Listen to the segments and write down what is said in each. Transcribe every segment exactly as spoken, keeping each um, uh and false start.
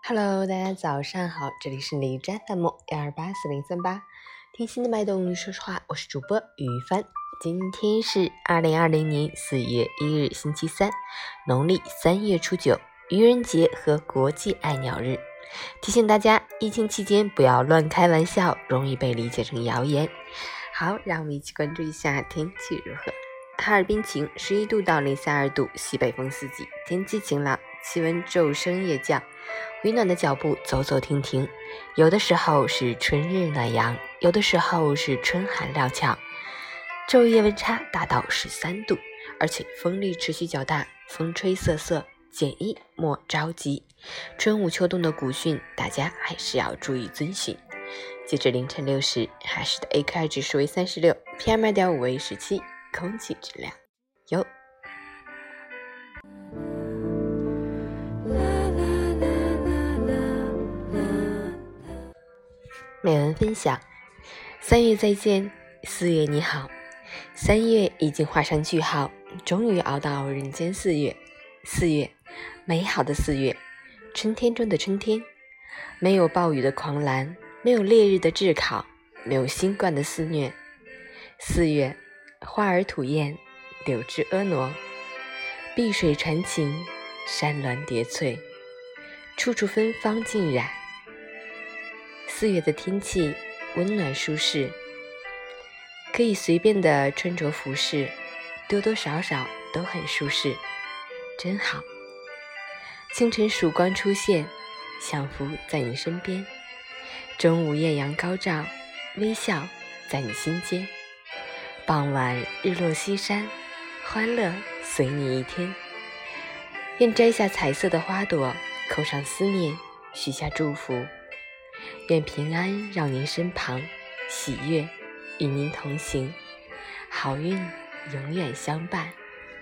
Hello， 大家早上好，这里是荔枝 F M 一二八四零三八，听心的脉动，说实话，我是主播于帆。今天是二零二零年四月一日，星期三，农历三月初九，愚人节和国际爱鸟日。提醒大家，疫情期间不要乱开玩笑，容易被理解成谣言。好，让我们一起关注一下天气如何。哈尔滨晴，十一度到零下二度，西北风四级，天气晴朗，气温骤升夜降，温暖的脚步走走停停，有的时候是春日暖阳，有的时候是春寒料峭，昼夜温差达到十三度，而且风力持续较大，风吹瑟瑟，减衣莫着急。春捂秋冬的古训，大家还是要注意遵循。截至凌晨六时，哈市的 A Q I 指数为三十六 ，P M 二点五 为十七，空气质量优。美文分享：三月再见，四月你好。三月已经画上句号，终于熬到人间四月。四月，美好的四月，春天中的春天，没有暴雨的狂澜，没有烈日的炙烤，没有新冠的肆虐。四月，花儿吐艳，柳枝婀娜，碧水传情，山峦叠翠，处处芬芳浸染。四月的天气温暖舒适，可以随便的穿着服饰，多多少少都很舒适，真好。清晨曙光出现，享福在你身边，中午艳阳高照，微笑在你心间，傍晚日落西山，欢乐随你一天。愿摘下彩色的花朵，扣上思念，许下祝福。愿平安绕您身旁，喜悦与您同行，好运永远相伴。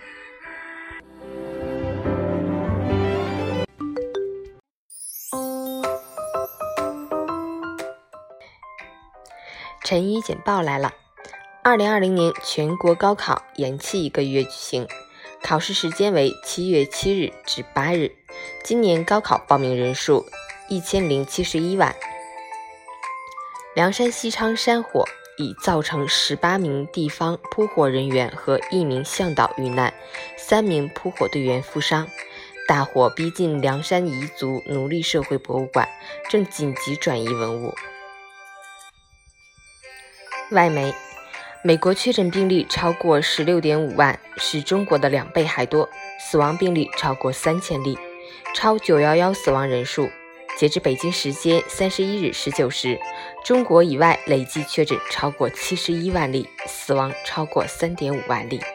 晨语简报来了。二零二零年全国高考延期一个月举行，考试时间为七月七日至八日。今年高考报名人数一千零七十一万。凉山西昌山火已造成十八名地方扑火人员和一名向导遇难，三名扑火队员负伤。大火逼近凉山彝族奴隶社会博物馆，正紧急转移文物。外媒，美国确诊病例超过 十六点五万，是中国的两倍还多，死亡病例超过三千例，超九一一死亡人数。截至北京时间三十一日十九时，中国以外累计确诊超过七十一万例，死亡超过 三点五万例。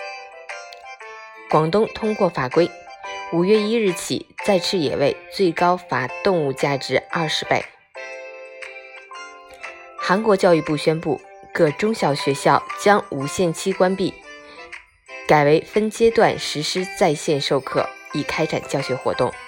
广东通过法规，五月一日起再吃野味最高罚动物价值二十倍。韩国教育部宣布，各中小学校将无限期关闭，改为分阶段实施在线授课，以开展教学活动。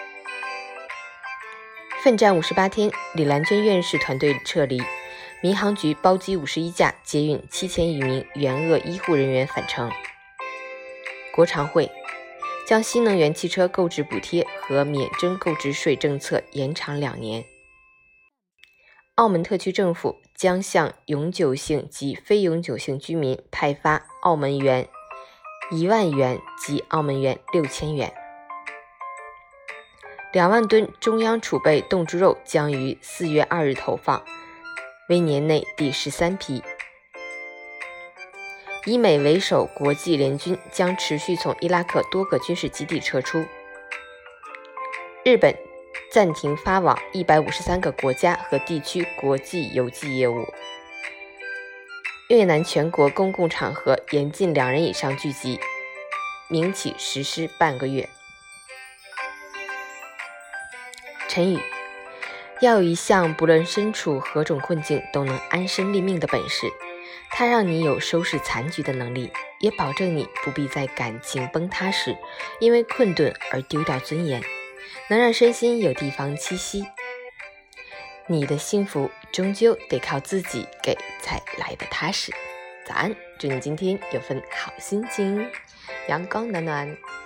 奋战五十八天，李兰娟院士团队撤离，民航局包机五十一架接运七千余名援鄂医护人员返程。国常会将新能源汽车购置补贴和免征购置税政策延长两年。澳门特区政府将向永久性及非永久性居民派发澳门元一万元及澳门元六千元。两万吨中央储备冻猪肉将于四月二日投放，为年内第十三批。以美为首国际联军将持续从伊拉克多个军事基地撤出。日本暂停发往一百五十三个国家和地区国际邮寄业务。越南全国公共场合严禁两人以上聚集，明起实施半个月。成语：要有一项不论身处何种困境都能安身立命的本事，它让你有收拾残局的能力，也保证你不必在感情崩塌时因为困顿而丢掉尊严，能让身心有地方栖息。你的幸福终究得靠自己给才来得踏实。早安，祝你今天有份好心情，阳光暖暖。